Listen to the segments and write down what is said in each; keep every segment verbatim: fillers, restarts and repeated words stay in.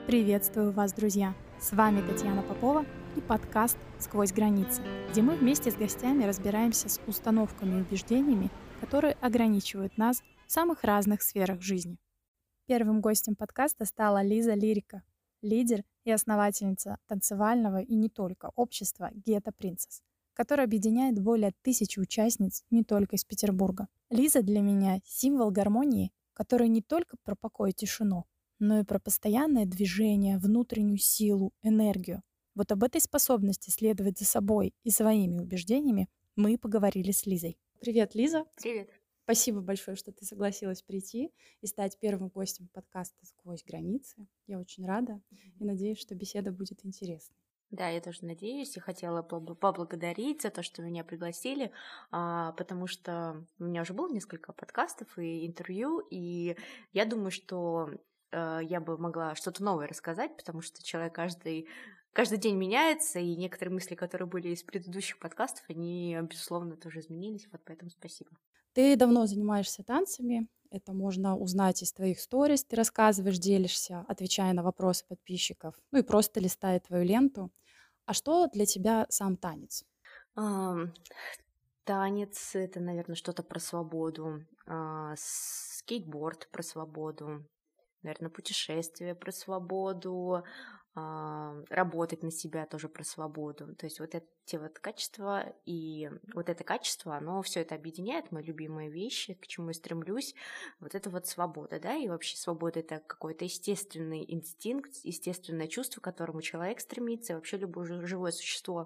Приветствую вас, друзья! С вами Татьяна Попова и подкаст «Сквозь границы», где мы вместе с гостями разбираемся с установками и убеждениями, которые ограничивают нас в самых разных сферах жизни. Первым гостем подкаста стала Лиза Лирика, лидер и основательница танцевального и не только общества Ghetto Princess, которое объединяет более тысячи участниц не только из Петербурга. Лиза для меня символ гармонии, который не только про покой и тишину, но и про постоянное движение, внутреннюю силу, энергию. Вот об этой способности следовать за собой и своими убеждениями мы и поговорили с Лизой. Привет, Лиза. Привет. Спасибо большое, что ты согласилась прийти и стать первым гостем подкаста «Сквозь границы». Я очень рада и надеюсь, что беседа будет интересной. Да, я тоже надеюсь, и хотела поблагодарить за то, что меня пригласили, потому что у меня уже было несколько подкастов и интервью, и я думаю, что я бы могла что-то новое рассказать, потому что человек каждый, каждый день меняется, и некоторые мысли, которые были из предыдущих подкастов, они, безусловно, тоже изменились, вот поэтому спасибо. Ты давно занимаешься танцами, это можно узнать из твоих сторис, ты рассказываешь, делишься, отвечая на вопросы подписчиков, ну и просто листая твою ленту. А что для тебя сам танец? Um, танец — это, наверное, что-то про свободу, uh, скейтборд про свободу, наверное, путешествие про свободу, работать на себя тоже про свободу. То есть вот эти вот качества и вот это качество, оно все это объединяет, мои любимые вещи, к чему я стремлюсь. Вот это вот свобода, да, и вообще свобода — это какой-то естественный инстинкт, естественное чувство, к которому человек стремится, и вообще любое живое существо.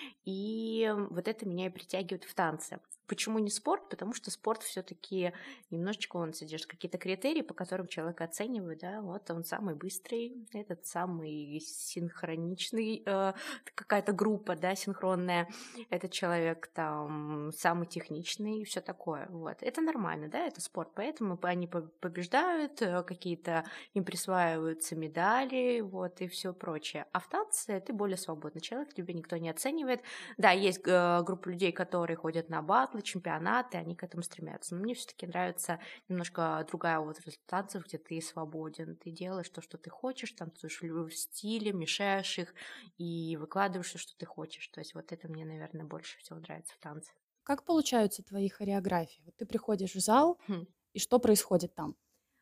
И вот это меня и притягивает в танце. Почему не спорт? Потому что спорт все-таки немножечко он содержит какие-то критерии, по которым человек оценивает, да, вот он самый быстрый, этот самый синхроничный, э, какая-то группа, да, синхронная, этот человек там самый техничный и все такое, вот. Это нормально, да, это спорт, поэтому они побеждают, какие-то им присваиваются медали, вот, и все прочее. А в танце ты более свободный человек, тебя никто не оценивает. Да, есть э, группа людей, которые ходят на батлы, чемпионаты, они к этому стремятся. Но мне все-таки нравится немножко другая отрасль танцев, где ты свободен, ты делаешь то, что ты хочешь, танцуешь в стиле, мешаешь их и выкладываешь все, что ты хочешь. То есть вот это мне, наверное, больше всего нравится в танце. Как получаются твои хореографии? Вот ты приходишь в зал, Хм. и что происходит там?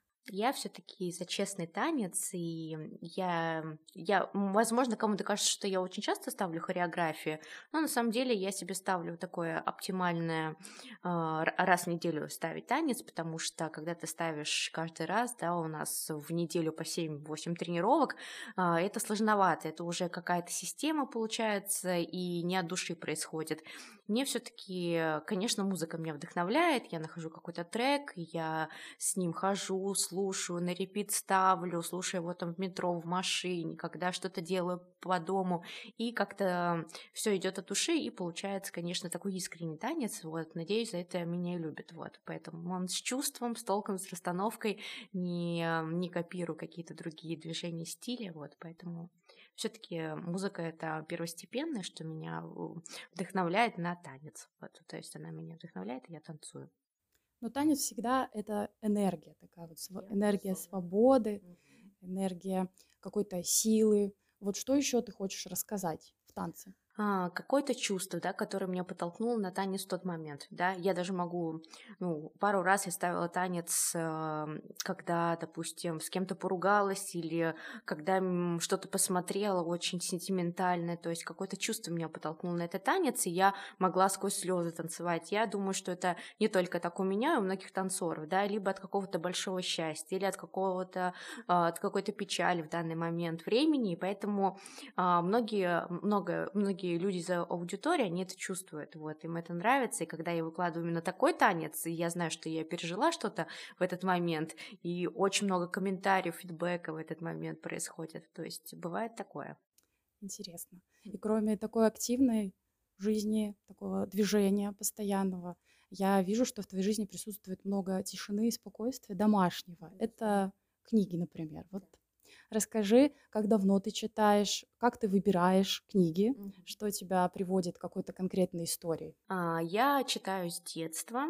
Я все-таки за честный танец, и я, я, возможно, кому-то кажется, что я очень часто ставлю хореографию, но на самом деле я себе ставлю такое оптимальное э, раз в неделю ставить танец, потому что когда ты ставишь каждый раз, да, у нас в неделю по семь-восемь тренировок, э, это сложновато, это уже какая-то система получается, и не от души происходит. Мне все-таки, конечно, музыка меня вдохновляет, я нахожу какой-то трек, я с ним хожу, слушаю, на репит ставлю, слушаю его там в метро, в машине, когда что-то делаю по дому, и как-то все идет от души, и получается, конечно, такой искренний танец, вот, надеюсь, за это меня и любят, вот, поэтому он с чувством, с толком, с расстановкой, не, не копирую какие-то другие движения, стиля, вот, поэтому все-таки музыка — это первостепенное, что меня вдохновляет на танец, вот, то есть она меня вдохновляет, и я танцую. Но танец всегда это энергия, такая вот св- энергия свободы, энергия какой-то силы. Вот что еще ты хочешь рассказать в танце? А, какое-то чувство, да, которое меня подтолкнуло на танец в тот момент, да, я даже могу, ну, пару раз я ставила танец, э, когда, допустим, с кем-то поругалась или когда м, что-то посмотрела очень сентиментальное, то есть какое-то чувство меня подтолкнуло на этот танец, и я могла сквозь слезы танцевать. Я думаю, что это не только так у меня, и у многих танцоров, да, либо от какого-то большого счастья, или от какого-то, э, от какой-то печали в данный момент времени, и поэтому э, многие, много, многие люди за аудиторией, они это чувствуют, вот, им это нравится, и когда я выкладываю именно такой танец, и я знаю, что я пережила что-то в этот момент, и очень много комментариев, фидбэка в этот момент происходит, то есть бывает такое. Интересно. И кроме такой активной жизни, такого движения постоянного, я вижу, что в твоей жизни присутствует много тишины и спокойствия домашнего. Это книги, например. Вот расскажи, как давно ты читаешь, как ты выбираешь книги, Мгм. что тебя приводит к какой-то конкретной истории. А, Я читаю с детства.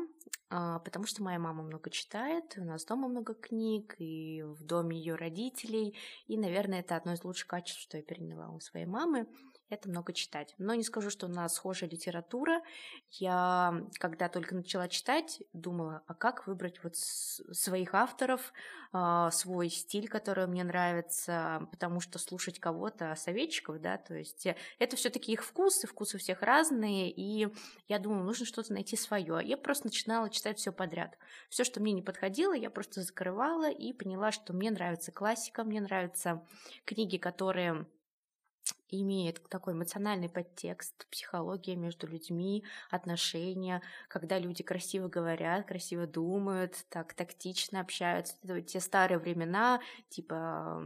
а, потому что моя мама много читает, у нас дома много книг, и в доме ее родителей, и, наверное, это одно из лучших качеств, что я переняла у своей мамы, это много читать. Но не скажу, что у нас схожая литература. Я, когда только начала читать, думала, а как выбрать вот с- своих авторов, а, свой стиль, который мне нравится, потому что слушать кого-то, советчиков, да, то есть э, это все-таки их вкусы, вкусы у всех разные, и я думала, нужно что-то найти свое. Я просто начинала читать все подряд. Все, что мне не подходило, я просто закрывала и поняла, что мне нравится классика, мне нравятся книги, которые имеет такой эмоциональный подтекст, психология между людьми, отношения, когда люди красиво говорят, красиво думают, так тактично общаются. Это вот те старые времена, типа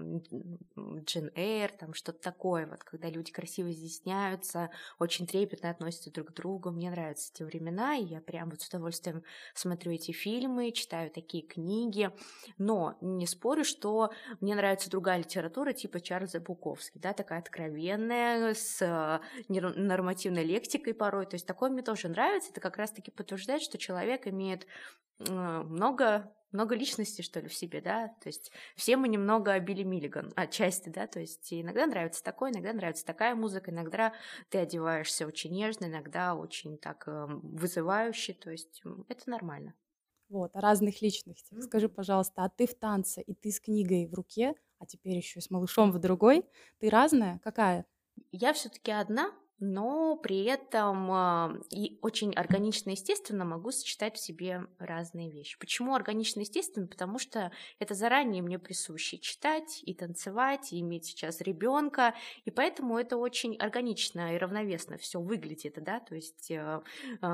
м, Джейн Эйр, там что-то такое, вот, когда люди красиво изъясняются, очень трепетно относятся друг к другу. Мне нравятся эти времена, и я прям вот с удовольствием смотрю эти фильмы, читаю такие книги, но не спорю, что мне нравится другая литература, типа Чарльза Буковски, да, такая откровенная, с э, нер- нормативной лексикой порой. То есть такое мне тоже нравится. Это как раз-таки подтверждает, что человек имеет э, много много личностей, что ли, в себе, да, то есть все мы немного Билли Миллиган, отчасти, да, то есть иногда нравится такое, иногда нравится такая музыка, иногда ты одеваешься очень нежно, иногда очень так э, вызывающе, то есть м, это нормально. Вот, о разных личностях. Скажи, пожалуйста, а ты в танце, и ты с книгой в руке, а теперь еще и с малышом в другой, ты разная? Какая? Я все-таки одна, но при этом а, и очень органично и естественно могу сочетать в себе разные вещи. Почему органично и естественно? Потому что это заранее мне присуще читать и танцевать, и иметь сейчас ребенка, и поэтому это очень органично и равновесно все выглядит, да, то есть э,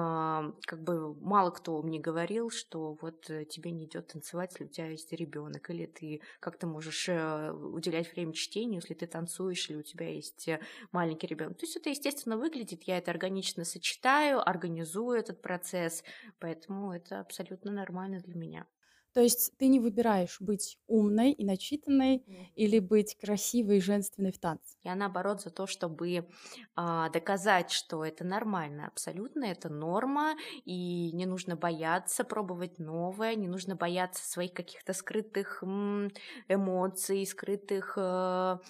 а, как бы мало кто мне говорил, что вот э, тебе не идет танцевать, если у тебя есть ребенок, или ты как ты можешь э, уделять время чтению, если ты танцуешь, или у тебя есть э, маленький ребенок. То есть это естественно выглядит, я это органично сочетаю, организую этот процесс, поэтому это абсолютно нормально для меня. То есть ты не выбираешь быть умной и начитанной или быть красивой и женственной в танце? Я, наоборот, за то, чтобы а, доказать, что это нормально, абсолютно это норма, и не нужно бояться пробовать новое, не нужно бояться своих каких-то скрытых м, эмоций, скрытых, э,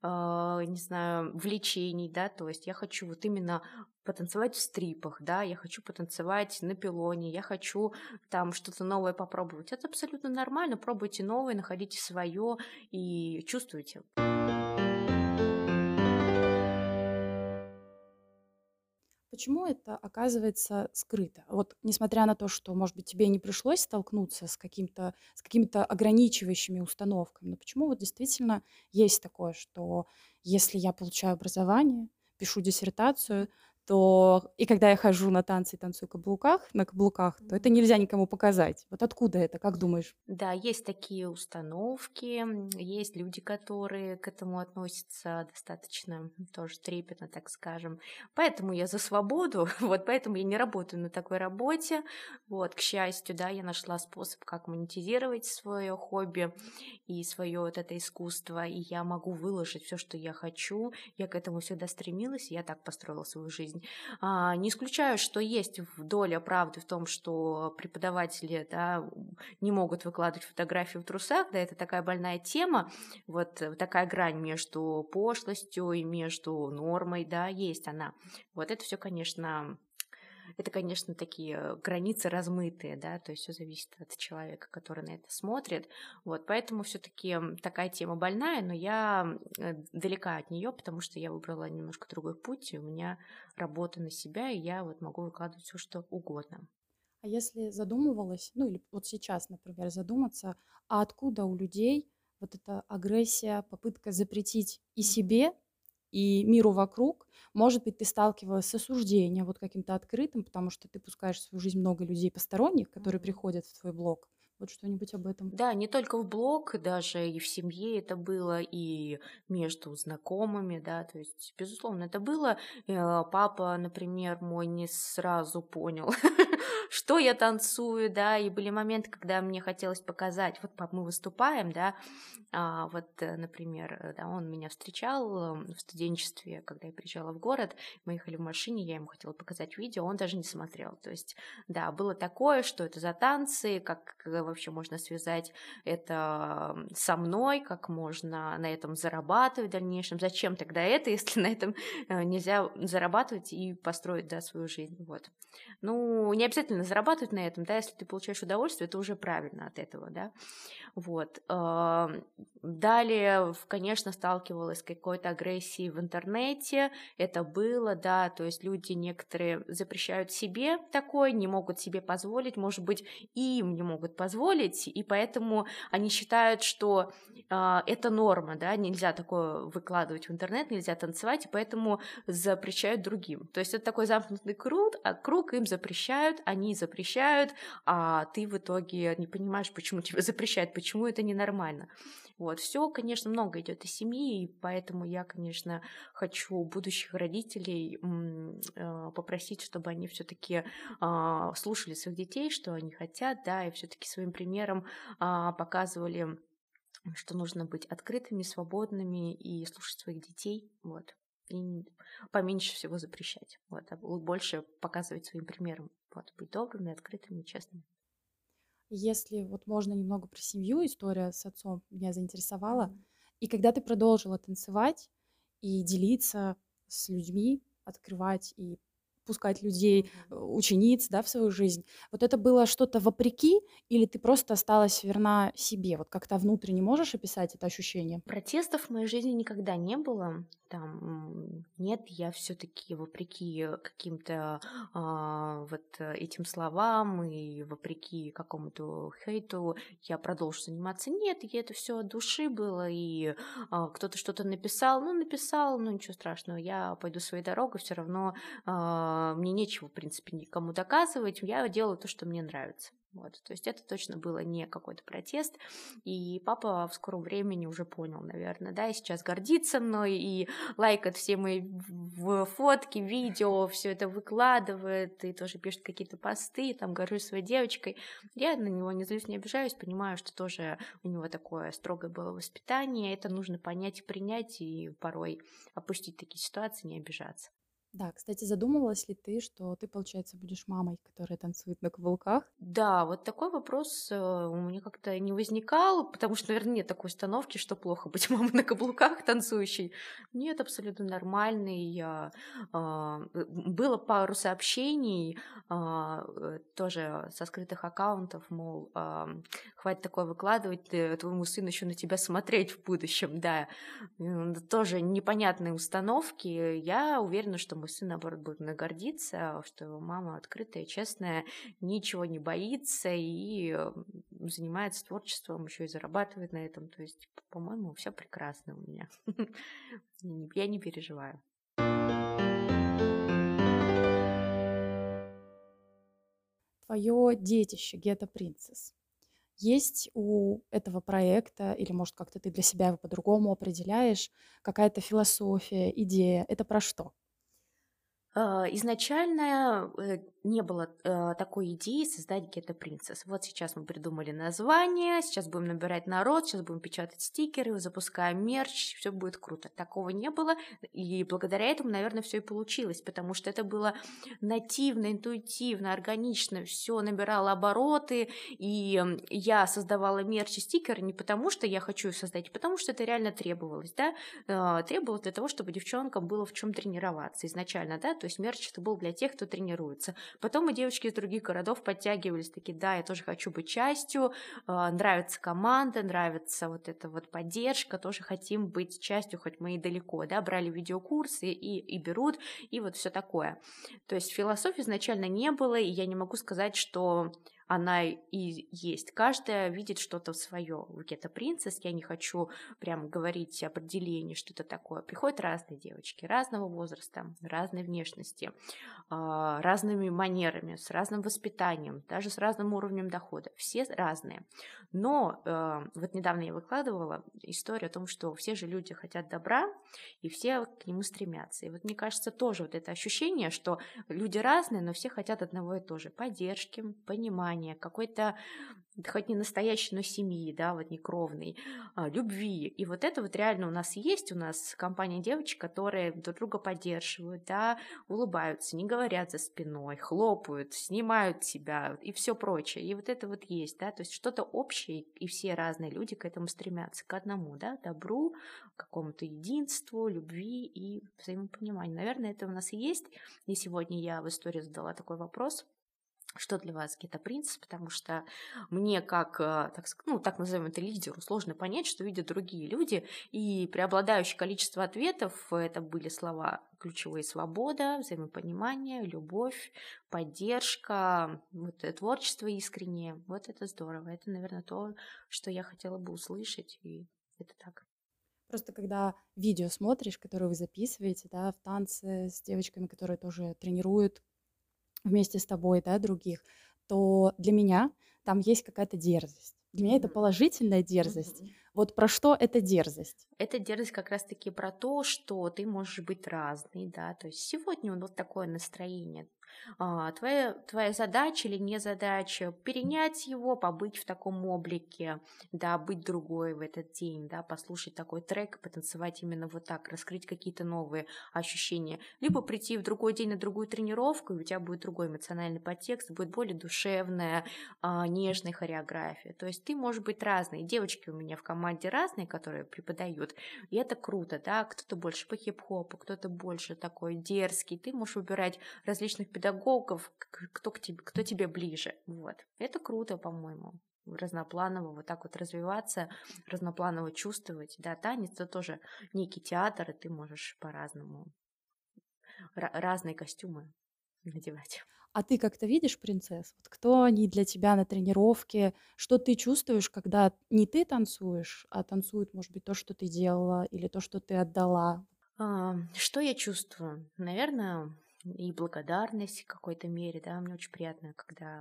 а, не знаю, влечений, да, то есть я хочу вот именно потанцевать в стрипах, да, я хочу потанцевать на пилоне, я хочу там что-то новое попробовать. Это абсолютно нормально, пробуйте новое, находите свое и чувствуйте. Почему это оказывается скрыто? Вот несмотря на то, что, может быть, тебе не пришлось столкнуться с каким-то, с какими-то ограничивающими установками, но почему вот действительно есть такое, что если я получаю образование, пишу диссертацию, то и когда я хожу на танцы и танцую каблуках, на каблуках, то это нельзя никому показать. Вот откуда это, как думаешь? Да, есть такие установки, м, есть люди, которые к этому относятся достаточно тоже трепетно, так скажем. Поэтому я за свободу, вот поэтому я не работаю на такой работе. Вот, к счастью, да, я нашла способ, как монетизировать свое хобби и свое вот это искусство, и я могу выложить все, что я хочу. Я к этому всегда стремилась, и я так построила свою жизнь. А, не исключаю, что есть в- доля правды в том, что преподаватели, да, не могут выкладывать фотографии в трусах, да, это такая больная тема, вот э, такая грань между пошлостью и между нормой, да, есть она. Вот это все, конечно, это, конечно, такие э, границы размытые, да, то есть все зависит от человека, который на это смотрит. Вот, поэтому все-таки такая тема больная, но я э, далека от нее, потому что я выбрала немножко другой путь, и у меня работа на себя, и я вот могу выкладывать все, что угодно. А если задумывалась, ну или вот сейчас, например, задуматься, а откуда у людей вот эта агрессия, попытка запретить и себе, и миру вокруг? Может быть, ты сталкивалась с осуждением вот каким-то открытым, потому что ты пускаешь в свою жизнь много людей посторонних, которые Мгм. приходят в твой блог. Вот что-нибудь об этом. Да, не только в блог, даже и в семье это было, и между знакомыми, да, то есть, безусловно, это было. Э, Папа, например, мой не сразу понял, что я танцую, да, и были моменты, когда мне хотелось показать, вот, пап, мы выступаем, да, а, вот, например, да, он меня встречал в студенчестве, когда я приезжала в город, мы ехали в машине, я ему хотела показать видео, он даже не смотрел, то есть, да, было такое, что это за танцы, как вообще можно связать это со мной, как можно на этом зарабатывать в дальнейшем, зачем тогда это, если на этом нельзя зарабатывать и построить, да, свою жизнь, вот. Ну, не обязательно зарабатывать на этом, да, если ты получаешь удовольствие, это уже правильно от этого, да, вот. Далее, конечно, сталкивалась с какой-то агрессией в интернете, это было, да, то есть люди некоторые запрещают себе такое, не могут себе позволить, может быть, и им не могут позволить, и поэтому они считают, что э, это норма, да, нельзя такое выкладывать в интернет, нельзя танцевать, и поэтому запрещают другим. То есть это такой замкнутый круг, а круг им запрещают, они запрещают, а ты в итоге не понимаешь, почему тебе запрещают, почему это ненормально. Вот, все, конечно, много идет из семьи, и поэтому я, конечно, хочу будущих родителей э, попросить, чтобы они все-таки э, слушали своих детей, что они хотят, да, и все-таки своим примером э, показывали, что нужно быть открытыми, свободными и слушать своих детей, вот, и поменьше всего запрещать, вот, а больше показывать своим примером, вот, быть добрыми, открытыми, честными. Если вот можно немного про семью, история с отцом меня заинтересовала. Mm-hmm. И когда ты продолжила танцевать и делиться с людьми, открывать и пускать людей, учениц, да, в свою жизнь, вот это было что-то вопреки, или ты просто осталась верна себе? Вот как-то внутренне можешь описать это ощущение? Протестов в моей жизни никогда не было. Там нет, я все-таки вопреки каким-то а, вот этим словам и вопреки какому-то хейту я продолжу заниматься. Нет, и это все от души было, и а, кто-то что-то написал, ну написал, ну ничего страшного, я пойду своей дорогой, все равно а, мне нечего, в принципе, никому доказывать, я делаю то, что мне нравится. Вот, то есть это точно было не какой-то протест, и папа в скором времени уже понял, наверное, да, и сейчас гордится мной, и лайкает все мои фотки, видео, все это выкладывает, и тоже пишет какие-то посты, там, горжусь своей девочкой. Я на него не злюсь, не обижаюсь, понимаю, что тоже у него такое строгое было воспитание, это нужно понять и принять, и порой опустить такие ситуации, не обижаться. Да, кстати, задумывалась ли ты, что ты, получается, будешь мамой, которая танцует на каблуках? Да, вот такой вопрос у меня как-то не возникал, потому что, наверное, нет такой установки, что плохо быть мамой на каблуках танцующей. Нет, абсолютно нормально. Я, а, было пару сообщений а, тоже со скрытых аккаунтов, мол, а, хватит такое выкладывать, твоему сыну еще на тебя смотреть в будущем, да. Тоже непонятные установки. Я уверена, что мой сын, наоборот, будет мной гордиться, что его мама открытая, честная, ничего не боится и занимается творчеством, еще и зарабатывает на этом. То есть, по-моему, все прекрасно у меня. Я не переживаю. Твое детище Ghetto Princess. Есть у этого проекта, или, может, как-то ты для себя его по-другому определяешь, какая-то философия, идея? Это про что? Изначально не было такой идеи создать Ghetto Princess. Вот сейчас мы придумали название, сейчас будем набирать народ, сейчас будем печатать стикеры, запускаем мерч, все будет круто. Такого не было, и благодаря этому, наверное, все и получилось, потому что это было нативно, интуитивно, органично, все набирало обороты, и я создавала мерч и стикеры не потому, что я хочу их создать, а потому что это реально требовалось, да, требовалось для того, чтобы девчонкам было в чем тренироваться изначально, да, то есть мерч это был для тех, кто тренируется. Потом и девочки из других городов подтягивались, такие, да, я тоже хочу быть частью, э, нравится команда, нравится вот эта вот поддержка, тоже хотим быть частью, хоть мы и далеко, да, брали видеокурсы и, и берут, и вот все такое. То есть философии изначально не было, и я не могу сказать, что она и есть. Каждая видит что-то свое в Ghetto Princess. Я не хочу прям говорить определение, что это такое. Приходят разные девочки, разного возраста, разной внешности, разными манерами, с разным воспитанием, даже с разным уровнем дохода. Все разные. Но вот недавно я выкладывала историю о том, что все же люди хотят добра, и все к нему стремятся. И вот мне кажется, тоже вот это ощущение, что люди разные, но все хотят одного и того же. Поддержки, понимания, какой-то, хоть не настоящей, но семьи, да, вот не кровной, а, любви. И вот это вот реально у нас есть, у нас компания девочек, которые друг друга поддерживают, да, улыбаются, не говорят за спиной, хлопают, снимают себя и все прочее. И вот это вот есть, да, то есть что-то общее, и все разные люди к этому стремятся, к одному, да, добру, к какому-то единству, любви и взаимопониманию. Наверное, это у нас и есть. И сегодня я в истории задала такой вопрос: что для вас Ghetto Princess, потому что мне, как, так, ну, так назовем это, лидеру, сложно понять, что видят другие люди, и преобладающее количество ответов — это были слова ключевые: свобода, взаимопонимание, любовь, поддержка, вот, творчество искреннее. Вот это здорово. Это, наверное, то, что я хотела бы услышать, и это так. Просто когда видео смотришь, которые вы записываете, да, в танце с девочками, которые тоже тренируют вместе с тобой, да, других, то для меня там есть какая-то дерзость. Для меня это положительная дерзость. Мгм. Вот про что эта дерзость? Эта дерзость как раз-таки про то, что ты можешь быть разный, да, то есть сегодня вот такое настроение. А, твоя, твоя задача или не задача — перенять его, побыть в таком облике, да, быть другой в этот день, да, послушать такой трек, потанцевать именно вот так, раскрыть какие-то новые ощущения. Либо прийти в другой день на другую тренировку, и у тебя будет другой эмоциональный подтекст, будет более душевная, а, нежная хореография. То есть ты можешь быть разной. Девочки у меня в команде разные, которые преподают, и это круто, да, кто-то больше по хип-хопу, кто-то больше такой дерзкий. Ты можешь выбирать различных педагогов, кто, к тебе, кто тебе ближе. Вот. Это круто, по-моему, разнопланово вот так вот развиваться, разнопланово чувствовать. Да, танец — это тоже некий театр, и ты можешь по-разному, ра- разные костюмы надевать. А ты как-то видишь принцесс? Вот кто они для тебя на тренировке? Что ты чувствуешь, когда не ты танцуешь, а танцует, может быть, то, что ты делала, или то, что ты отдала? А, Что я чувствую? Наверное, и благодарность в какой-то мере, да, мне очень приятно, когда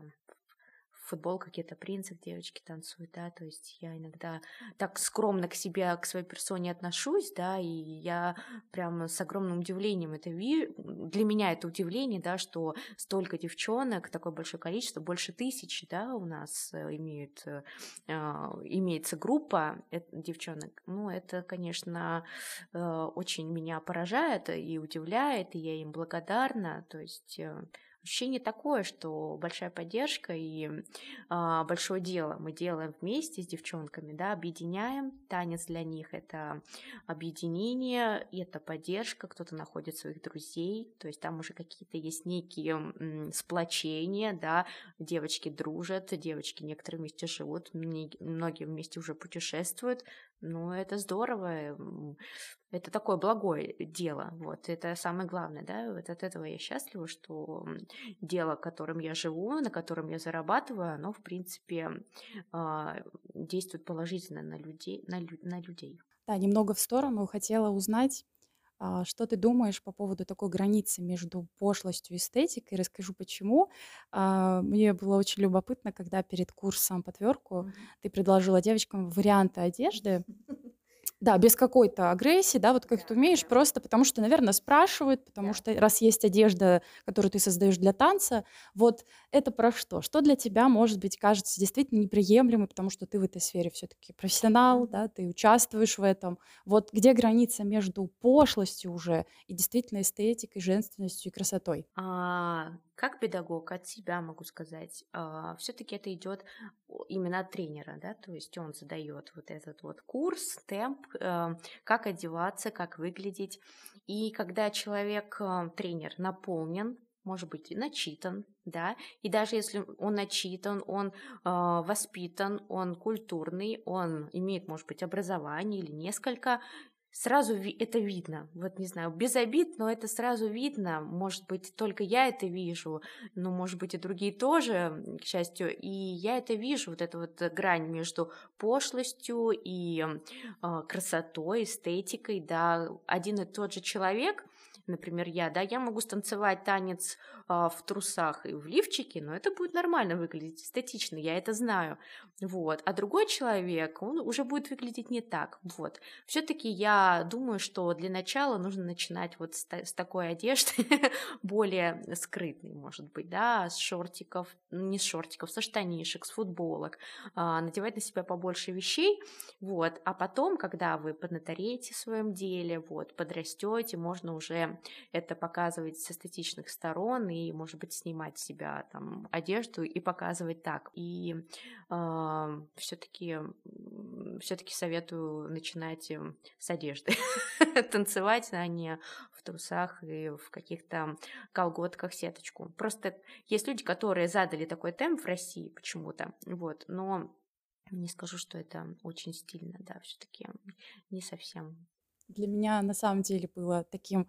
в футболках Ghetto Princess девочки танцуют, да, то есть я иногда так скромно к себе, к своей персоне отношусь, да, и я прям с огромным удивлением это вижу. Для меня это удивление, да, что столько девчонок, такое большое количество, больше тысячи, да, у нас э, имеют, э, а, имеется группа э, девчонок. Ну, это, конечно, э, очень меня поражает и удивляет, и я им благодарна, то есть э, ощущение такое, что большая поддержка и а, большое дело мы делаем вместе с девчонками, да, объединяем. Танец для них — это объединение, и это поддержка, кто-то находит своих друзей, то есть там уже какие-то есть некие м, сплочения, да, девочки дружат, девочки некоторые вместе живут, многие вместе уже путешествуют, ну, это здорово, это такое благое дело, вот, это самое главное, да, вот от этого я счастлива, что дело, которым я живу, на котором я зарабатываю, оно, в принципе, а, действует положительно на людей, на, лю- на людей. Да, немного в сторону. Хотела узнать, а, что ты думаешь по поводу такой границы между пошлостью и эстетикой. Расскажу почему. А, Мне было очень любопытно, когда перед курсом по тверку ты предложила девочкам варианты одежды. Да, без какой-то агрессии, да, вот как Да, ты умеешь, да. просто потому что, наверное, спрашивают, потому Да. что раз есть одежда, которую ты создаешь для танца, вот это про что? Что для тебя, может быть, кажется действительно неприемлемым, потому что ты в этой сфере все-таки профессионал, Мгм. да, ты участвуешь в этом. Вот где граница между пошлостью уже и действительно эстетикой, женственностью и красотой? А, как педагог от себя могу сказать, все-таки это идет именно от тренера, да, то есть он задает вот этот вот курс, темп, э, как одеваться, как выглядеть. И когда человек, э, тренер, наполнен, может быть, и начитан, да, и даже если он начитан, он э, воспитан, он культурный, он имеет, может быть, образование или несколько, сразу ви- это видно. Вот не знаю, без обид, но это сразу видно. Может быть, только я это вижу, но, может быть, и другие тоже, к счастью. И я это вижу, вот эту вот грань между пошлостью и а, красотой, эстетикой, да. Один и тот же человек, например, я, да, я могу станцевать танец а, в трусах и в лифчике, но это будет нормально выглядеть, эстетично, я это знаю. Вот. А другой человек, он уже будет выглядеть не так. Вот. Все-таки я думаю, что для начала нужно начинать вот с, та- с такой одежды, более скрытной, может быть, да, с шортиков, ну, не с шортиков, со штанишек, с футболок, а, надевать на себя побольше вещей, вот, а потом, когда вы поднатореете в своем деле, вот, подрастете, можно уже это показывать с эстетичных сторон и, может быть, снимать с себя там одежду и показывать так. И все-таки все-таки советую начинать эм, с одежды, танцевать, а не в трусах и в каких-то колготках сеточку. Просто есть люди, которые задали такой темп в России почему-то, вот, но не скажу, что это очень стильно, да, все-таки не совсем. Для меня на самом деле было таким.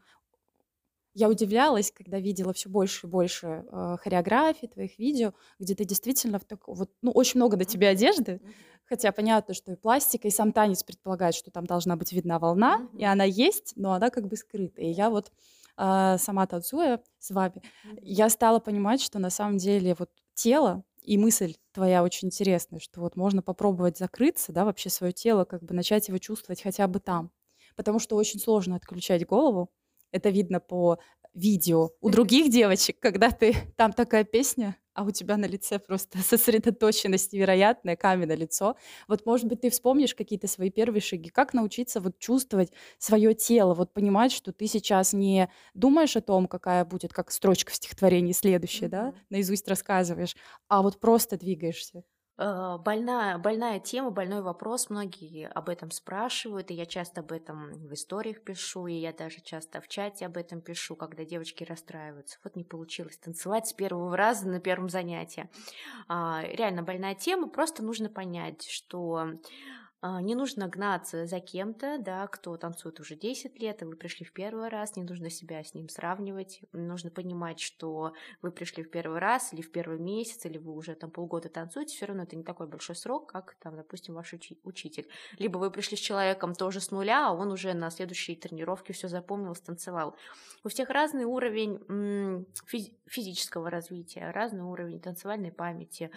Я удивлялась, когда видела все больше и больше э, хореографий, твоих видео, где ты действительно в так, вот, ну, очень много на тебе одежды, Мгм. хотя понятно, что и пластика, и сам танец предполагает, что там должна быть видна волна, и Мгм. она есть, но она как бы скрыта. И я вот а, сама танцуя с вами, Мгм. я стала понимать, что на самом деле вот тело и мысль твоя очень интересная, что вот можно попробовать закрыться, да, вообще свое тело, как бы начать его чувствовать хотя бы там. Потому что очень сложно отключать голову. Это видно по видео у других девочек, когда ты там такая песня, а у тебя на лице просто сосредоточенность невероятная, каменное лицо. Вот, может быть, ты вспомнишь какие-то свои первые шаги, как научиться вот чувствовать свое тело, вот понимать, что ты сейчас не думаешь о том, какая будет, как строчка в стихотворении следующая, да, Мгм. наизусть рассказываешь, а вот просто двигаешься. Э, Больная, больная тема, больной вопрос. Многие об этом спрашивают, и я часто об этом в историях пишу, и я даже часто в чате об этом пишу, когда девочки расстраиваются. Вот не получилось танцевать с первого раза на первом занятии. А, реально больная тема, просто нужно понять, что а, не нужно гнаться за кем-то, да, кто танцует уже десять лет, и вы пришли в первый раз, не нужно себя с ним сравнивать, нужно понимать, что вы пришли в первый раз или в первый месяц, или вы уже там полгода танцуете, все равно это не такой большой срок, как там, допустим, ваш учи- учитель. Либо вы пришли с человеком тоже с нуля, а он уже на следующей тренировке все запомнил, станцевал. У всех разный уровень м, физи- физического развития, разный уровень танцевальной памяти,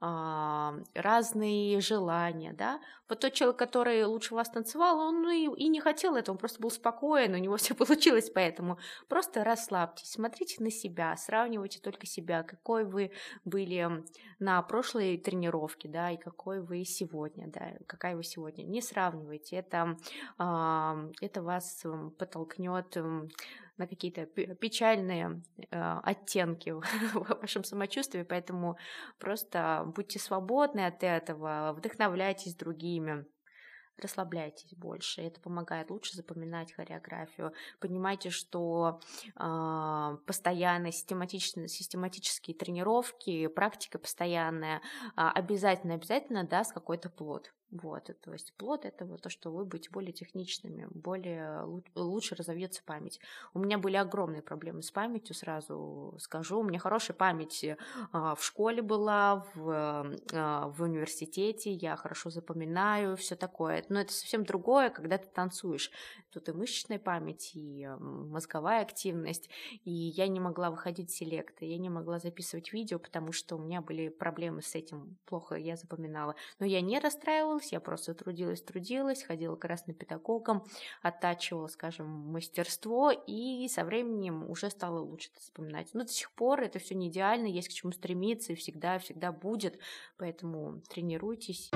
а, разные желания, да. Вот тот человек, который лучше вас танцевал, он ну, и, и не хотел этого, он просто был спокоен, у него все получилось, поэтому просто расслабьтесь, смотрите на себя, сравнивайте только себя, какой вы были на прошлой тренировке, да, и какой вы сегодня, да, какая вы сегодня. Не сравнивайте, это, а, это вас м, подтолкнет м, на какие-то пе- печальные э, оттенки в вашем самочувствии, поэтому просто будьте свободны от этого, вдохновляйтесь другими. Расслабляйтесь больше, это помогает лучше запоминать хореографию. Понимайте, что а, постоянные систематичные, систематические тренировки, практика постоянная а, обязательно, обязательно даст какой-то плод. Вот, то есть плод это вот то, что вы будете более техничными, более лу- лучше разовьется память. У меня были огромные проблемы с памятью, сразу скажу. У меня хорошая память а, в школе была, в, а, в университете, я хорошо запоминаю, все такое. Но это совсем другое, когда ты танцуешь. Тут и мышечная память, и м, мозговая активность. И я не могла выходить в селекты, я не могла записывать видео, потому что у меня были проблемы с этим, плохо я запоминала. Но я не расстраивалась, я просто трудилась, трудилась, ходила к разным педагогам, оттачивала, скажем, мастерство, и со временем уже стало лучше это запоминать. Но до сих пор это все не идеально, есть к чему стремиться, и всегда, всегда будет, поэтому тренируйтесь.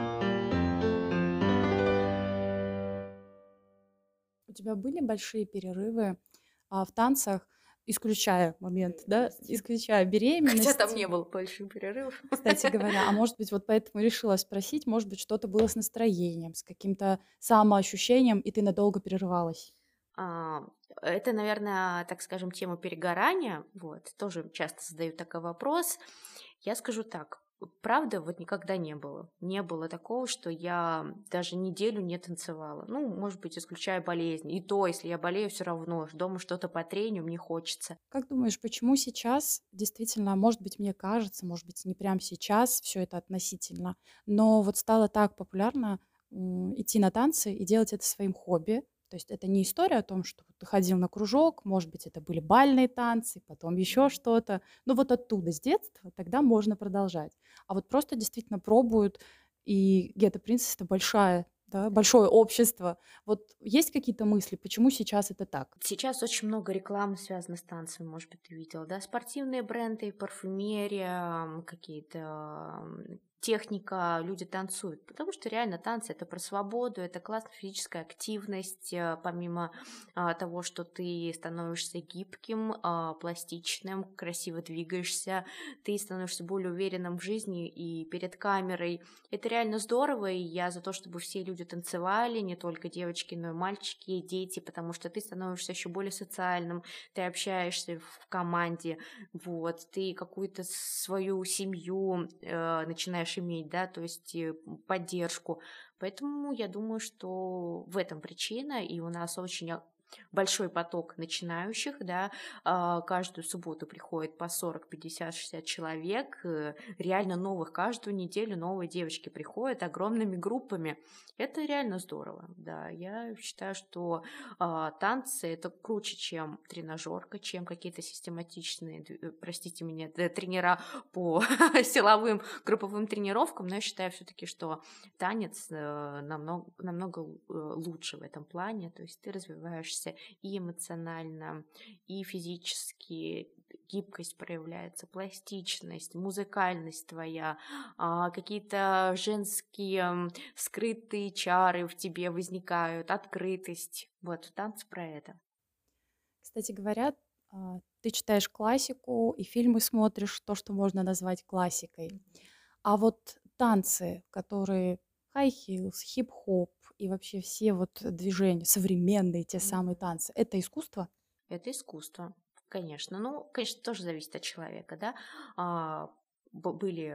У тебя были большие перерывы а, в танцах, исключая момент, да, Беременности. исключая Хотя там не беременности, было больших перерывов. кстати говоря. А может быть, вот поэтому решила спросить, может быть, что-то было с настроением, с каким-то самоощущением, и ты надолго прерывалась? А, Это, наверное, так скажем, тема перегорания. Вот, тоже часто задают такой вопрос. Я скажу так. правда, вот никогда не было. Не было такого, что я даже неделю не танцевала. Ну, может быть, исключая болезни. И то, если я болею, все равно дома что-то по трению мне хочется. Как думаешь, почему сейчас действительно, может быть, мне кажется, может быть, не прямо сейчас, все это относительно, но вот стало так популярно м, идти на танцы и делать это своим хобби? То есть это не история о том, что вот ты ходил на кружок, может быть, это были бальные танцы, потом еще что-то. Но вот оттуда, с детства, тогда можно продолжать. А вот просто действительно пробуют, и Гетто Принцесс — это большая, да, большое общество. Вот есть какие-то мысли, почему сейчас это так? Сейчас очень много рекламы связано с танцами, может быть, ты видела, да? Спортивные бренды, парфюмерия, м, какие-то м, техника, люди танцуют. Потому что реально танцы — это про свободу, это классная физическая активность, э, помимо а, того, что ты становишься гибким, а, пластичным, красиво двигаешься, ты становишься более уверенным в жизни и перед камерой. Это реально здорово, и я за то, чтобы все люди танцевали, не только девочки, но и мальчики, и дети, потому что ты становишься еще более социальным, ты общаешься в команде, вот, ты какую-то свою семью э, начинаешь иметь, да, то есть э, поддержку. Поэтому я думаю, что в этом причина, и у нас очень а, большой поток начинающих, да, а, каждую субботу приходит по сорок, пятьдесят, шестьдесят человек, э, реально новых, каждую неделю новые девочки приходят огромными группами. Это реально здорово, да. Я считаю, что а, танцы это круче, чем тренажерка, чем какие-то систематичные, д- э, простите меня, д- тренера по силовым групповым тренировкам, но я считаю все-таки, что танец э, намного, намного л- э, лучше в этом плане, то есть ты развиваешься и эмоционально, и физически, гибкость проявляется, пластичность, музыкальность твоя, а, какие-то женские м, скрытые чары в тебе возникают, открытость. Вот, танцы про это. Кстати говоря, а, ты читаешь классику и фильмы смотришь, то, что можно назвать классикой. А вот танцы, которые high heels, хип-хоп и вообще все вот движения, современные те самые Мгм. танцы — это искусство? Это искусство, конечно. Ну, конечно, тоже зависит от человека, да. А, б- были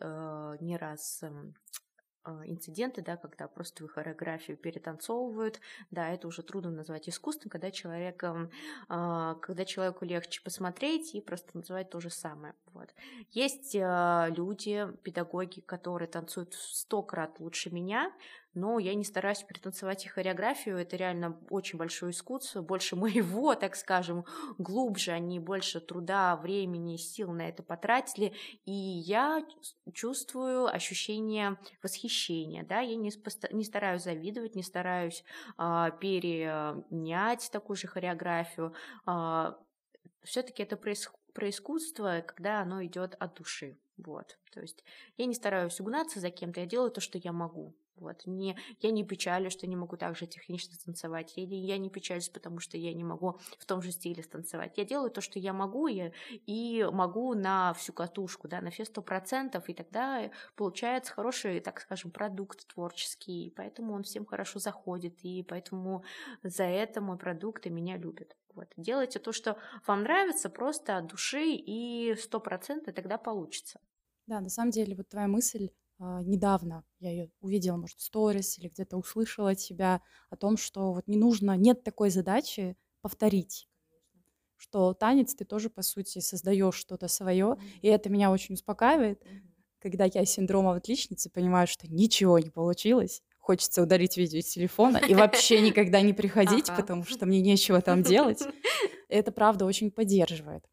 э, не раз эм, а, инциденты, да, когда просто твою хореографию перетанцовывают, да, это уже трудно назвать искусством, когда человеком, а, когда человеку легче посмотреть и просто танцевать то же самое, вот. Есть а, люди, педагоги, которые танцуют в сто крат лучше меня, но я не стараюсь перетанцевать их хореографию, это реально очень большое искусство, больше моего, так скажем, глубже, они больше труда, времени, сил на это потратили, и я чувствую ощущение восхищения, да, я не, споста- не стараюсь завидовать, не стараюсь а, перенять такую же хореографию. Все-таки это проис- про искусство, когда оно идет от души. Вот. То есть я не стараюсь угнаться за кем-то, я делаю то, что я могу. Вот. Не, я не печалюсь, что не могу так же технично танцевать, или я не печалюсь, потому что я не могу в том же стиле станцевать. Я делаю то, что я могу, и, и могу на всю катушку, да, на все сто процентов, и тогда получается хороший, так скажем, продукт творческий, и поэтому он всем хорошо заходит, и поэтому за это мой продукт и меня любят. Вот. Делайте то, что вам нравится, просто от души, и сто процентов тогда получится. Да, на самом деле, вот твоя мысль, а, недавно я ее увидела, может, в сторис или где-то услышала от тебя о том, что вот не нужно, нет такой задачи повторить, что танец ты тоже, по сути, создаешь что-то свое, и это меня очень успокаивает, когда я с синдромом отличницы понимаю, что ничего не получилось. Хочется удалить видео из телефона и вообще никогда не приходить, Ага. потому что мне нечего там делать. Это правда очень поддерживает.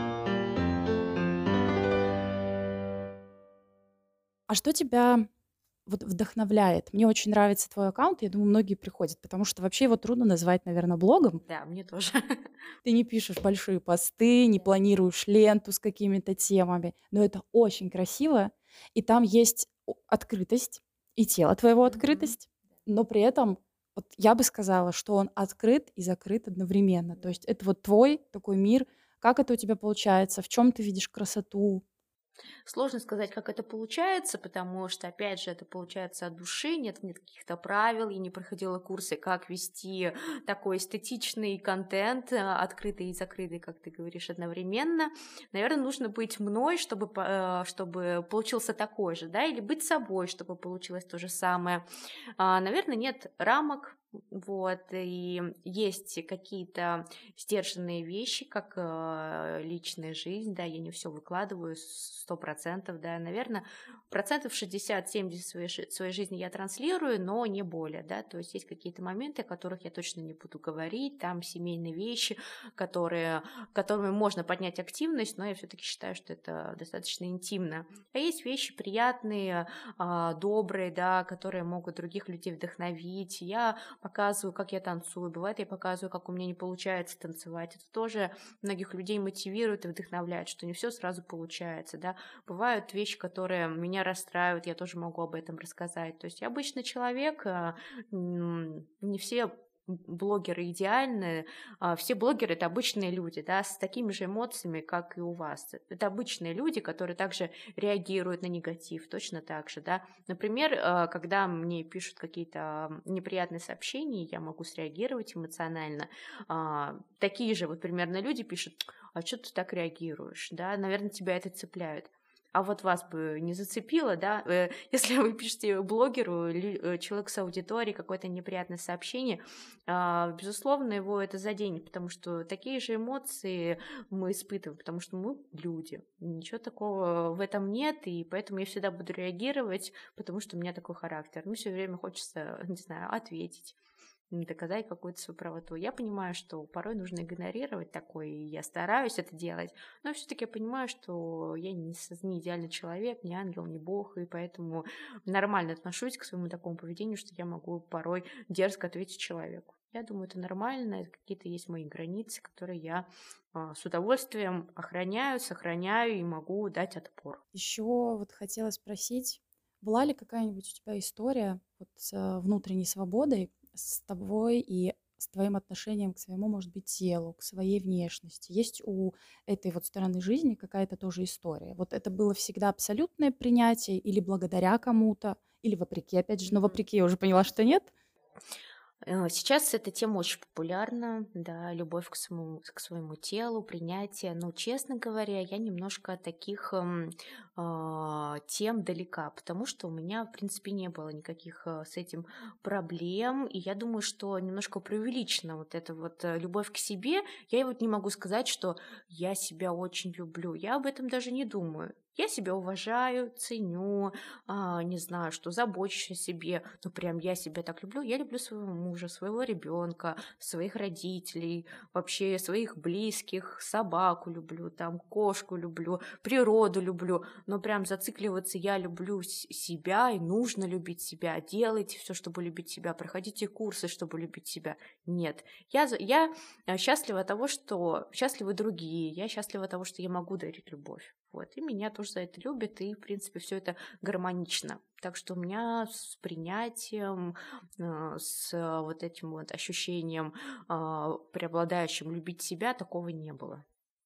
А что тебя вот вдохновляет? Мне очень нравится твой аккаунт, я думаю, многие приходят, потому что вообще его трудно назвать, наверное, блогом. Да, мне тоже. Ты не пишешь большие посты, не планируешь ленту с какими-то темами, но это очень красиво, и там есть о- открытость, и тело твоего Мгм. открытость, но при этом вот я бы сказала, что он открыт и закрыт одновременно. То Да. есть это вот твой такой мир. Как это у тебя получается? В чем ты видишь красоту? Сложно сказать, как это получается, потому что, опять же, это получается от души, нет, нет каких-то правил, я не проходила курсы, как вести такой эстетичный контент, э, открытый и закрытый, как ты говоришь, одновременно. Наверное, нужно быть мной, чтобы, по- э, чтобы получился такой же, да, или быть собой, чтобы получилось то же самое. А, Наверное, нет рамок, вот, и есть какие-то сдержанные вещи, как э, личная жизнь, да, я не все выкладываю сто процентов, да, наверное, процентов шестьдесят-семьдесят своей, жи- своей жизни я транслирую, но не более, да, то есть есть какие-то моменты, о которых я точно не буду говорить, там семейные вещи, которые, которыми можно поднять активность, но я все-таки считаю, что это достаточно интимно. А есть вещи приятные, а, добрые, да, которые могут других людей вдохновить. Я показываю, как я танцую, бывает, я показываю, как у меня не получается танцевать. Это тоже многих людей мотивирует и вдохновляет, что не все сразу получается, да. Бывают вещи, которые меня расстраивают, я тоже могу об этом рассказать. То есть я обычный человек, а, м, не все блогеры идеальны, а, все блогеры — это обычные люди, да, с такими же эмоциями, как и у вас. Это обычные люди, которые также реагируют на негатив, точно так же, да. Например, э, когда мне пишут какие-то неприятные сообщения, я могу среагировать эмоционально. А, Такие же вот примерно люди пишут: а что ты так реагируешь, да, наверное, тебя это цепляет. А вот вас бы не зацепило, да, э, если вы пишете блогеру, лю- э, человеку с аудиторией какое-то неприятное сообщение, а, безусловно, его это заденет, потому что такие же эмоции мы испытываем, потому что мы люди. Ничего такого в этом нет, и поэтому я всегда буду реагировать, потому что у меня такой характер. Мне все время хочется, не знаю, ответить, доказать какую-то свою правоту. Я понимаю, что порой нужно игнорировать такое, и я стараюсь это делать, но все-таки я понимаю, что я не, с- не идеальный человек, не ангел, не бог, и поэтому нормально отношусь к своему такому поведению, что я могу порой дерзко ответить человеку. Я думаю, это нормально, это какие-то есть мои границы, которые я а, с удовольствием охраняю, сохраняю и могу дать отпор. Еще вот хотела спросить, была ли какая-нибудь у тебя история вот с э, внутренней свободой с тобой и с твоим отношением к своему, может быть, телу, к своей внешности? Есть у этой вот стороны жизни какая-то тоже история? Вот это было всегда абсолютное принятие или благодаря кому-то, или вопреки, опять же, но Мгм. вопреки я уже поняла, что нет? Э, Сейчас эта тема очень популярна, да, любовь к своему, к своему телу, принятие. Но, честно говоря, я немножко от таких эм, а, тем далека, потому что у меня, в принципе, не было никаких э, с этим проблем. И я думаю, что немножко преувеличена вот эта вот э, любовь к себе. Я вот не могу сказать, что я себя очень люблю. Я об этом даже не думаю. Я себя уважаю, ценю, а, не знаю, что забочусь о себе, ну прям я себя так люблю, я люблю своего мужа, своего ребенка, своих родителей, вообще своих близких, собаку люблю, там кошку люблю, природу люблю, но прям зацикливаться я люблю с- себя и нужно любить себя, делайте все, чтобы любить себя, проходите курсы, чтобы любить себя. Нет, я, за- я э, счастлива от того, что счастливы другие, я счастлива от того, что я могу дарить любовь. Вот, и меня тоже за это любят, и, в принципе, все это гармонично. Так что у меня с принятием, э, с э, вот этим вот ощущением, а, преобладающим любить себя, такого не было.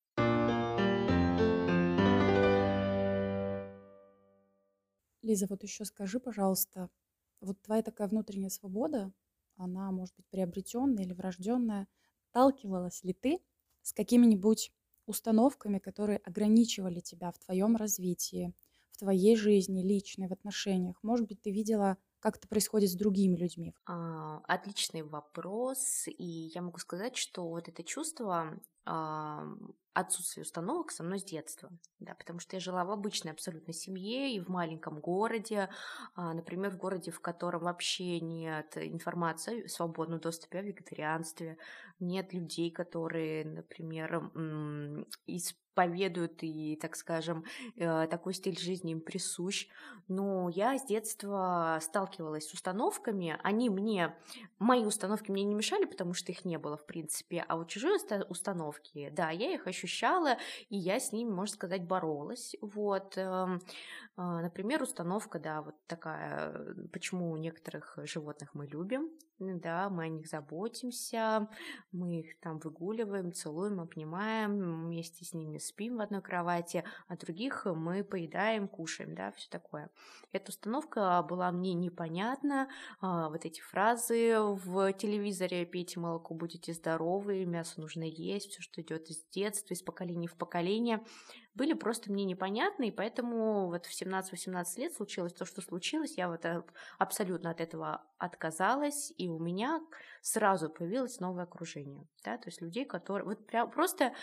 Лиза, вот еще скажи, пожалуйста, вот твоя такая внутренняя свобода, она может быть приобретенная или врожденная. Сталкивалась ли ты с какими-нибудь установками, которые ограничивали тебя в твоем развитии, в твоей жизни личной, в отношениях? Может быть, ты видела, как это происходит с другими людьми? А, Отличный вопрос, и я могу сказать, что вот это чувство а, отсутствия установок со мной с детства, да, потому что я жила в обычной абсолютно семье и в маленьком городе, а, например, в городе, в котором вообще нет информации о свободном доступе о вегетарианстве, нет людей, которые, например, м, исповедуют и, так скажем, э, такой стиль жизни им присущ. Но я с детства сталкивалась с установками. Они мне, мои установки мне не мешали, потому что их не было, в принципе. А вот чужие уста- установки, да, я их ощущала, и я с ними, можно сказать, боролась. Вот. эм, а, Например, установка, да, вот такая, э, почему некоторых животных мы любим, да, мы о них заботимся, мы их там выгуливаем, целуем, обнимаем, вместе с ними спим в одной кровати, а других мы поедаем, кушаем, да, все такое. Эта установка была мне непонятна, а, вот эти фразы в телевизоре: «Пейте молоко, будете здоровы», «Мясо нужно есть», все, что идет из детства, из поколения в поколение, были просто мне непонятны, и поэтому вот в семнадцать-восемнадцать лет случилось то, что случилось, я вот а, абсолютно от этого отказалась, и у меня сразу появилось новое окружение, да, то есть людей, которые вот прям просто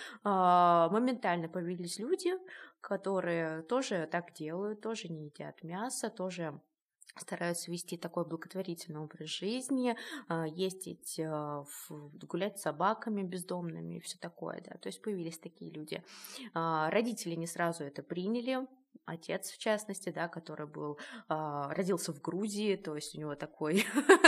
а, моментально появились люди, которые тоже так делают, тоже не едят мясо, тоже стараются вести такой благотворительный образ жизни, а, ездить, а, в- гулять с собаками бездомными и все такое, да, то есть появились такие люди. А, Родители не сразу это приняли, отец, в частности, да, который был, а, родился в Грузии, то есть у него такой,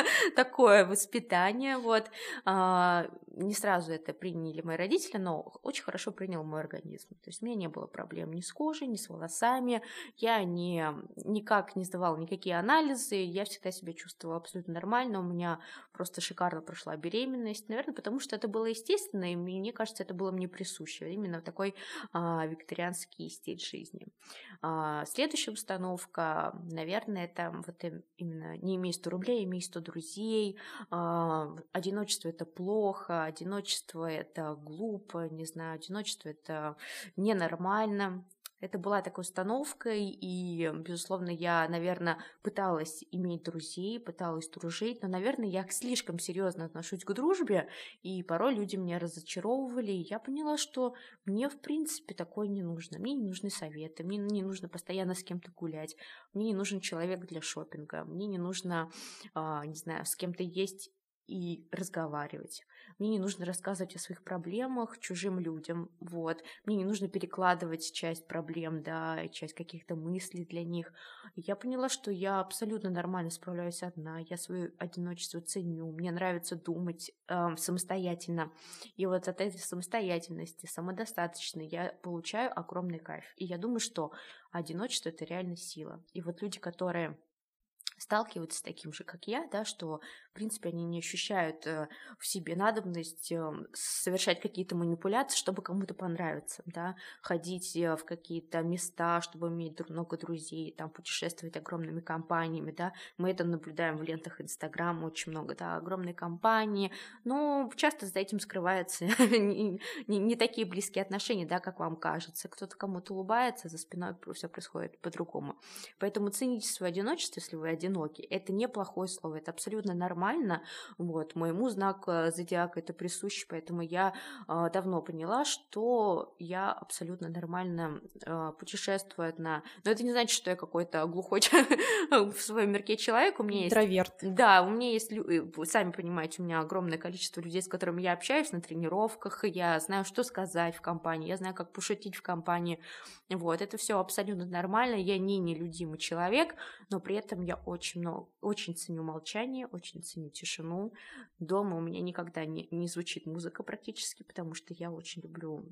такое воспитание, вот. А, Не сразу это приняли мои родители, но очень хорошо принял мой организм. То есть у меня не было проблем ни с кожей, ни с волосами, я не, никак не сдавала никакие анализы, я всегда себя чувствовала абсолютно нормально, у меня просто шикарно прошла беременность, наверное, потому что это было естественно, и мне кажется, это было мне присуще, именно такой а, викторианский стиль жизни. А, следующая установка, наверное, это вот им- именно не имей сто рублей, имей сто друзей, а, одиночество это плохо, одиночество это глупо, не знаю, одиночество это ненормально. Это была такой установкой, и, безусловно, я, наверное, пыталась иметь друзей, пыталась дружить, но, наверное, я слишком серьезно отношусь к дружбе, и порой люди меня разочаровывали, и я поняла, что мне, в принципе, такое не нужно. Мне не нужны советы, мне не нужно постоянно с кем-то гулять, мне не нужен человек для шопинга, мне не нужно, а, не знаю, с кем-то есть и разговаривать. Мне не нужно рассказывать о своих проблемах чужим людям, вот. Мне не нужно перекладывать часть проблем, да, и часть каких-то мыслей для них. И я поняла, что я абсолютно нормально справляюсь одна, я свое одиночество ценю, мне нравится думать э, самостоятельно. И вот от этой самостоятельности, самодостаточной я получаю огромный кайф. И я думаю, что одиночество — это реально сила. И вот люди, которые сталкиваются с таким же, как я, да, что, в принципе, они не ощущают э, в себе надобность э, совершать какие-то манипуляции, чтобы кому-то понравиться, да, ходить э, в какие-то места, чтобы иметь дру- много друзей, там, путешествовать огромными компаниями, да, мы это наблюдаем в лентах Инстаграма очень много, да, огромные компании, но часто за этим скрываются не, не- не такие близкие отношения, да, как вам кажется, кто-то кому-то улыбается, за спиной все происходит по-другому. Поэтому цените свое одиночество, если вы одиноки. Это не плохое слово, это абсолютно нормально. Вот, моему знаку э, зодиака это присуще, поэтому я э, давно поняла, что я абсолютно нормально э, путешествую одна. Но это не значит, что я какой-то глухой в своем мирке человек. У меня есть... Интроверт. Да, у меня есть... лю- э, Вы сами понимаете, у меня огромное количество людей, с которыми я общаюсь на тренировках, я знаю, что сказать в компании, я знаю, как пошутить в компании. Вот, это все абсолютно нормально, я не нелюдимый человек, но при этом я очень много, очень ценю молчание, очень ценю тишину. Дома у меня никогда не, не звучит музыка практически, потому что я очень люблю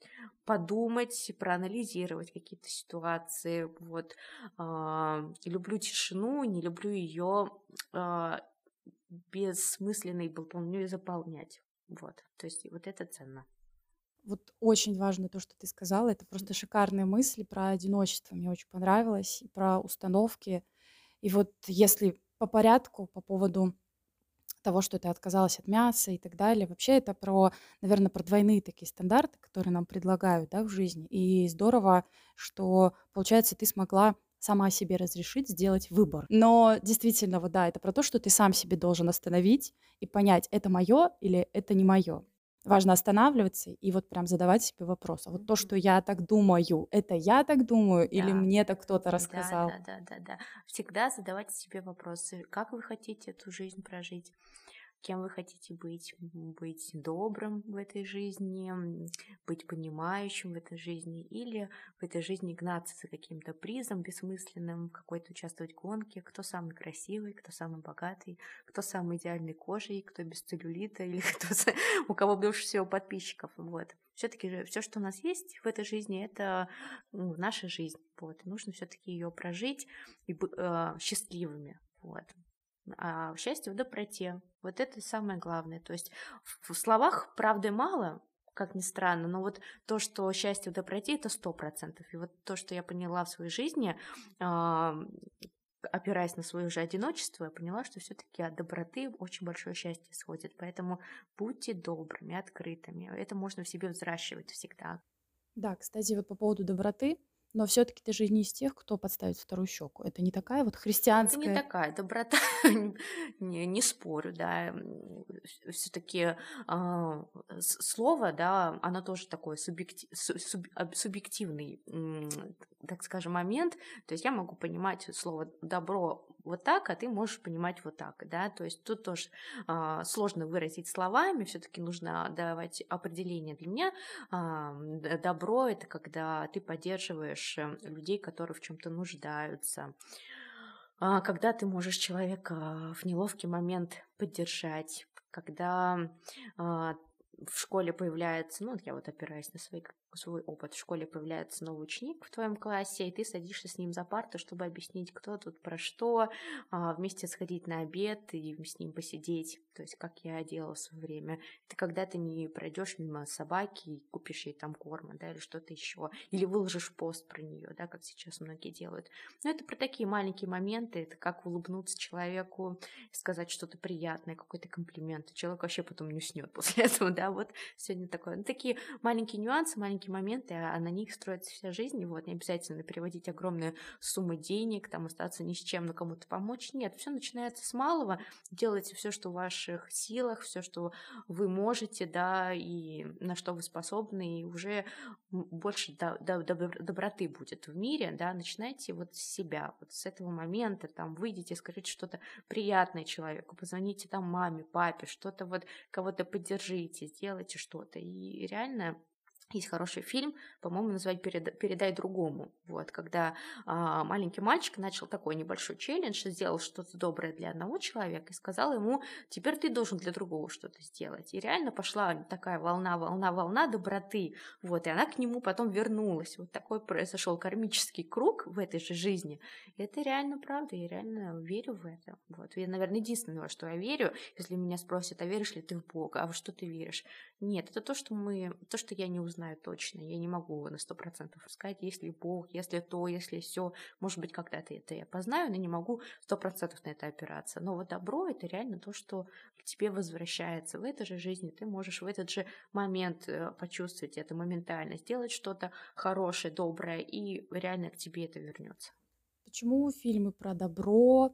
подумать, проанализировать какие-то ситуации. Вот. А, люблю тишину, не люблю ее а, бессмысленно и болтовнёй заполнять. Вот. То есть вот это ценно. Вот очень важно то, что ты сказала. Это просто шикарные мысли про одиночество. Мне очень понравилось. И про установки. И вот если по порядку, по поводу того, что ты отказалась от мяса и так далее. Вообще это про, наверное, про двойные такие стандарты, которые нам предлагают, да, в жизни. И здорово, что, получается, ты смогла сама себе разрешить сделать выбор. Но действительно, вот да, это про то, что ты сам себе должен остановить и понять, это мое или это не мое. Важно останавливаться и вот прям задавать себе вопрос. А вот то, Мгм. что я так думаю, это я так думаю или Да. мне так кто-то Да, рассказал? да, да, да, да. Всегда задавайте себе вопросы, как вы хотите эту жизнь прожить, кем вы хотите быть, М, быть добрым в этой жизни, м, быть понимающим в этой жизни, или в этой жизни гнаться за каким-то призом бессмысленным, какой-то участвовать в гонке, кто самый красивый, кто самый богатый, кто самый идеальной кожей, кто без целлюлита, или кто, за- у кого больше всего подписчиков. Вот. Все-таки же все, что у нас есть в этой жизни, это ну, наша жизнь. Вот. И нужно все-таки ее прожить и быть э, счастливыми. Вот. а счастье в доброте. Вот это самое главное. То есть в в словах правды мало, как ни странно, но вот то, что счастье в доброте, это сто процентов. И вот то, что я поняла в своей жизни, а, опираясь на свое же одиночество, я поняла, что все-таки от доброты очень большое счастье исходит. Поэтому будьте добрыми, открытыми. Это можно в себе взращивать всегда. Да, кстати, вот по поводу доброты, но все-таки ты же не из тех, кто подставит вторую щеку. Это не такая вот Это не христианская. такая доброта, не, не спорю, да. Все-таки слово, да, оно тоже такой субъекти- су- суб- об- субъективный, м, так скажем, момент. То есть я могу понимать слово добро вот так, а ты можешь понимать вот так, да. То есть тут тоже а, сложно выразить словами, все-таки нужно давать определение. Для меня а, д- добро — это когда ты поддерживаешь э, людей, которые в чем-то нуждаются, а, когда ты можешь человека в неловкий момент поддержать, когда а, в школе появляется, ну, я вот опираюсь на свой, свой опыт, в школе появляется новый ученик в твоем классе, и ты садишься с ним за парту, чтобы объяснить, кто тут про что, а, вместе сходить на обед и с ним посидеть, то есть как я делала в свое время. Это когда ты не пройдешь мимо собаки и купишь ей там корма, да, или что-то еще, или выложишь пост про нее, да, как сейчас многие делают. Но это про такие маленькие моменты, это как улыбнуться человеку, сказать что-то приятное, какой-то комплимент. Человек вообще потом не уснет после этого, да, вот сегодня такое. Ну, такие маленькие нюансы, маленькие моменты, а на них строится вся жизнь. И вот не обязательно переводить огромные суммы денег, там остаться ни с чем, на кому-то помочь. Нет, все начинается с малого. Делайте все, что в ваших силах, все, что вы можете, да, и на что вы способны, и уже больше до- до- добр- доброты будет в мире, да, начинайте вот с себя, вот с этого момента, там, выйдите, скажите что-то приятное человеку, позвоните там маме, папе, что-то вот, кого-то поддержите, сделайте что-то, и реально есть хороший фильм, по-моему, называется «Переда- «Передай другому». Вот, когда а, маленький мальчик начал такой небольшой челлендж, сделал что-то доброе для одного человека и сказал ему: теперь ты должен для другого что-то сделать. И реально пошла такая волна, волна, волна доброты. Вот, и она к нему потом вернулась. Вот такой произошел кармический круг в этой же жизни. И это реально правда, я реально верю в это. Вот, и, наверное, единственное, во что я верю, если меня спросят: а веришь ли ты в Бога, а во что ты веришь? Нет, это то, что мы, то, что я не узнаю точно. Я не могу на сто процентов сказать, если Бог, если то, если все. Может быть, когда-то это я познаю, но не могу сто процентов на это опираться. Но вот добро — это реально то, что к тебе возвращается в этой же жизни. Ты можешь в этот же момент э, почувствовать это моментально, сделать что-то хорошее, доброе, и реально к тебе это вернется. Почему фильмы про добро?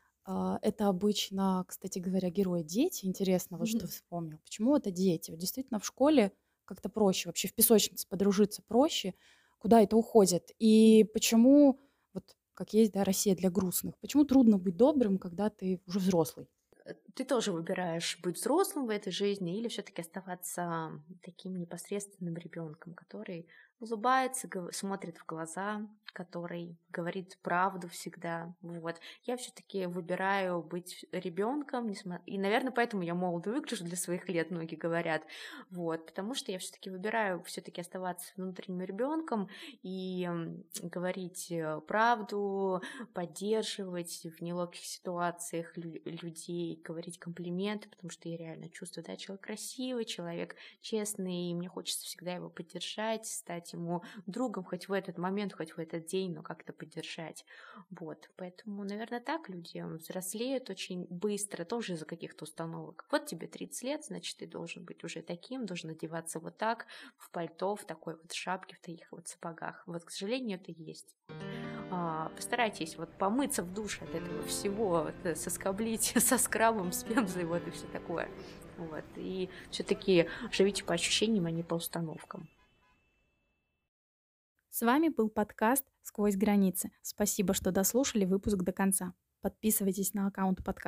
А, Это обычно, кстати говоря, герои дети. Интересно, вот что вспомнил. Почему это дети? Вот действительно в школе как-то проще, вообще в песочнице подружиться проще. Куда это уходит? И почему, вот как есть, да, Россия для грустных, почему трудно быть добрым, когда ты уже взрослый? Ты тоже выбираешь быть взрослым в этой жизни или все-таки оставаться таким непосредственным ребенком, который улыбается, гов- смотрит в глаза, который говорит правду всегда. Вот. Я все-таки выбираю быть ребенком, и, наверное, поэтому я молодо выгляжу для своих лет, многие говорят. Вот. Потому что я все-таки выбираю все-таки оставаться внутренним ребенком и м, говорить э, правду, поддерживать в неловких ситуациях лю- людей, говорить комплименты, потому что я реально чувствую, да, человек красивый, человек честный, и мне хочется всегда его поддержать, стать ему другом хоть в этот момент, хоть в этот день, но как-то поддержать. Вот, поэтому, наверное, так люди взрослеют очень быстро, тоже из-за каких-то установок. Вот тебе тридцать лет, значит, ты должен быть уже таким, должен одеваться вот так, в пальто, в такой вот шапке, в таких вот сапогах. Вот, к сожалению, это есть. А, постарайтесь вот помыться в душе от этого всего, вот, э, соскоблить со скрабом, с пемзой, вот, и все такое. Вот. И все-таки живите по ощущениям, а не по установкам. С вами был подкаст «Сквозь границы». Спасибо, что дослушали выпуск до конца. Подписывайтесь на аккаунт подкаста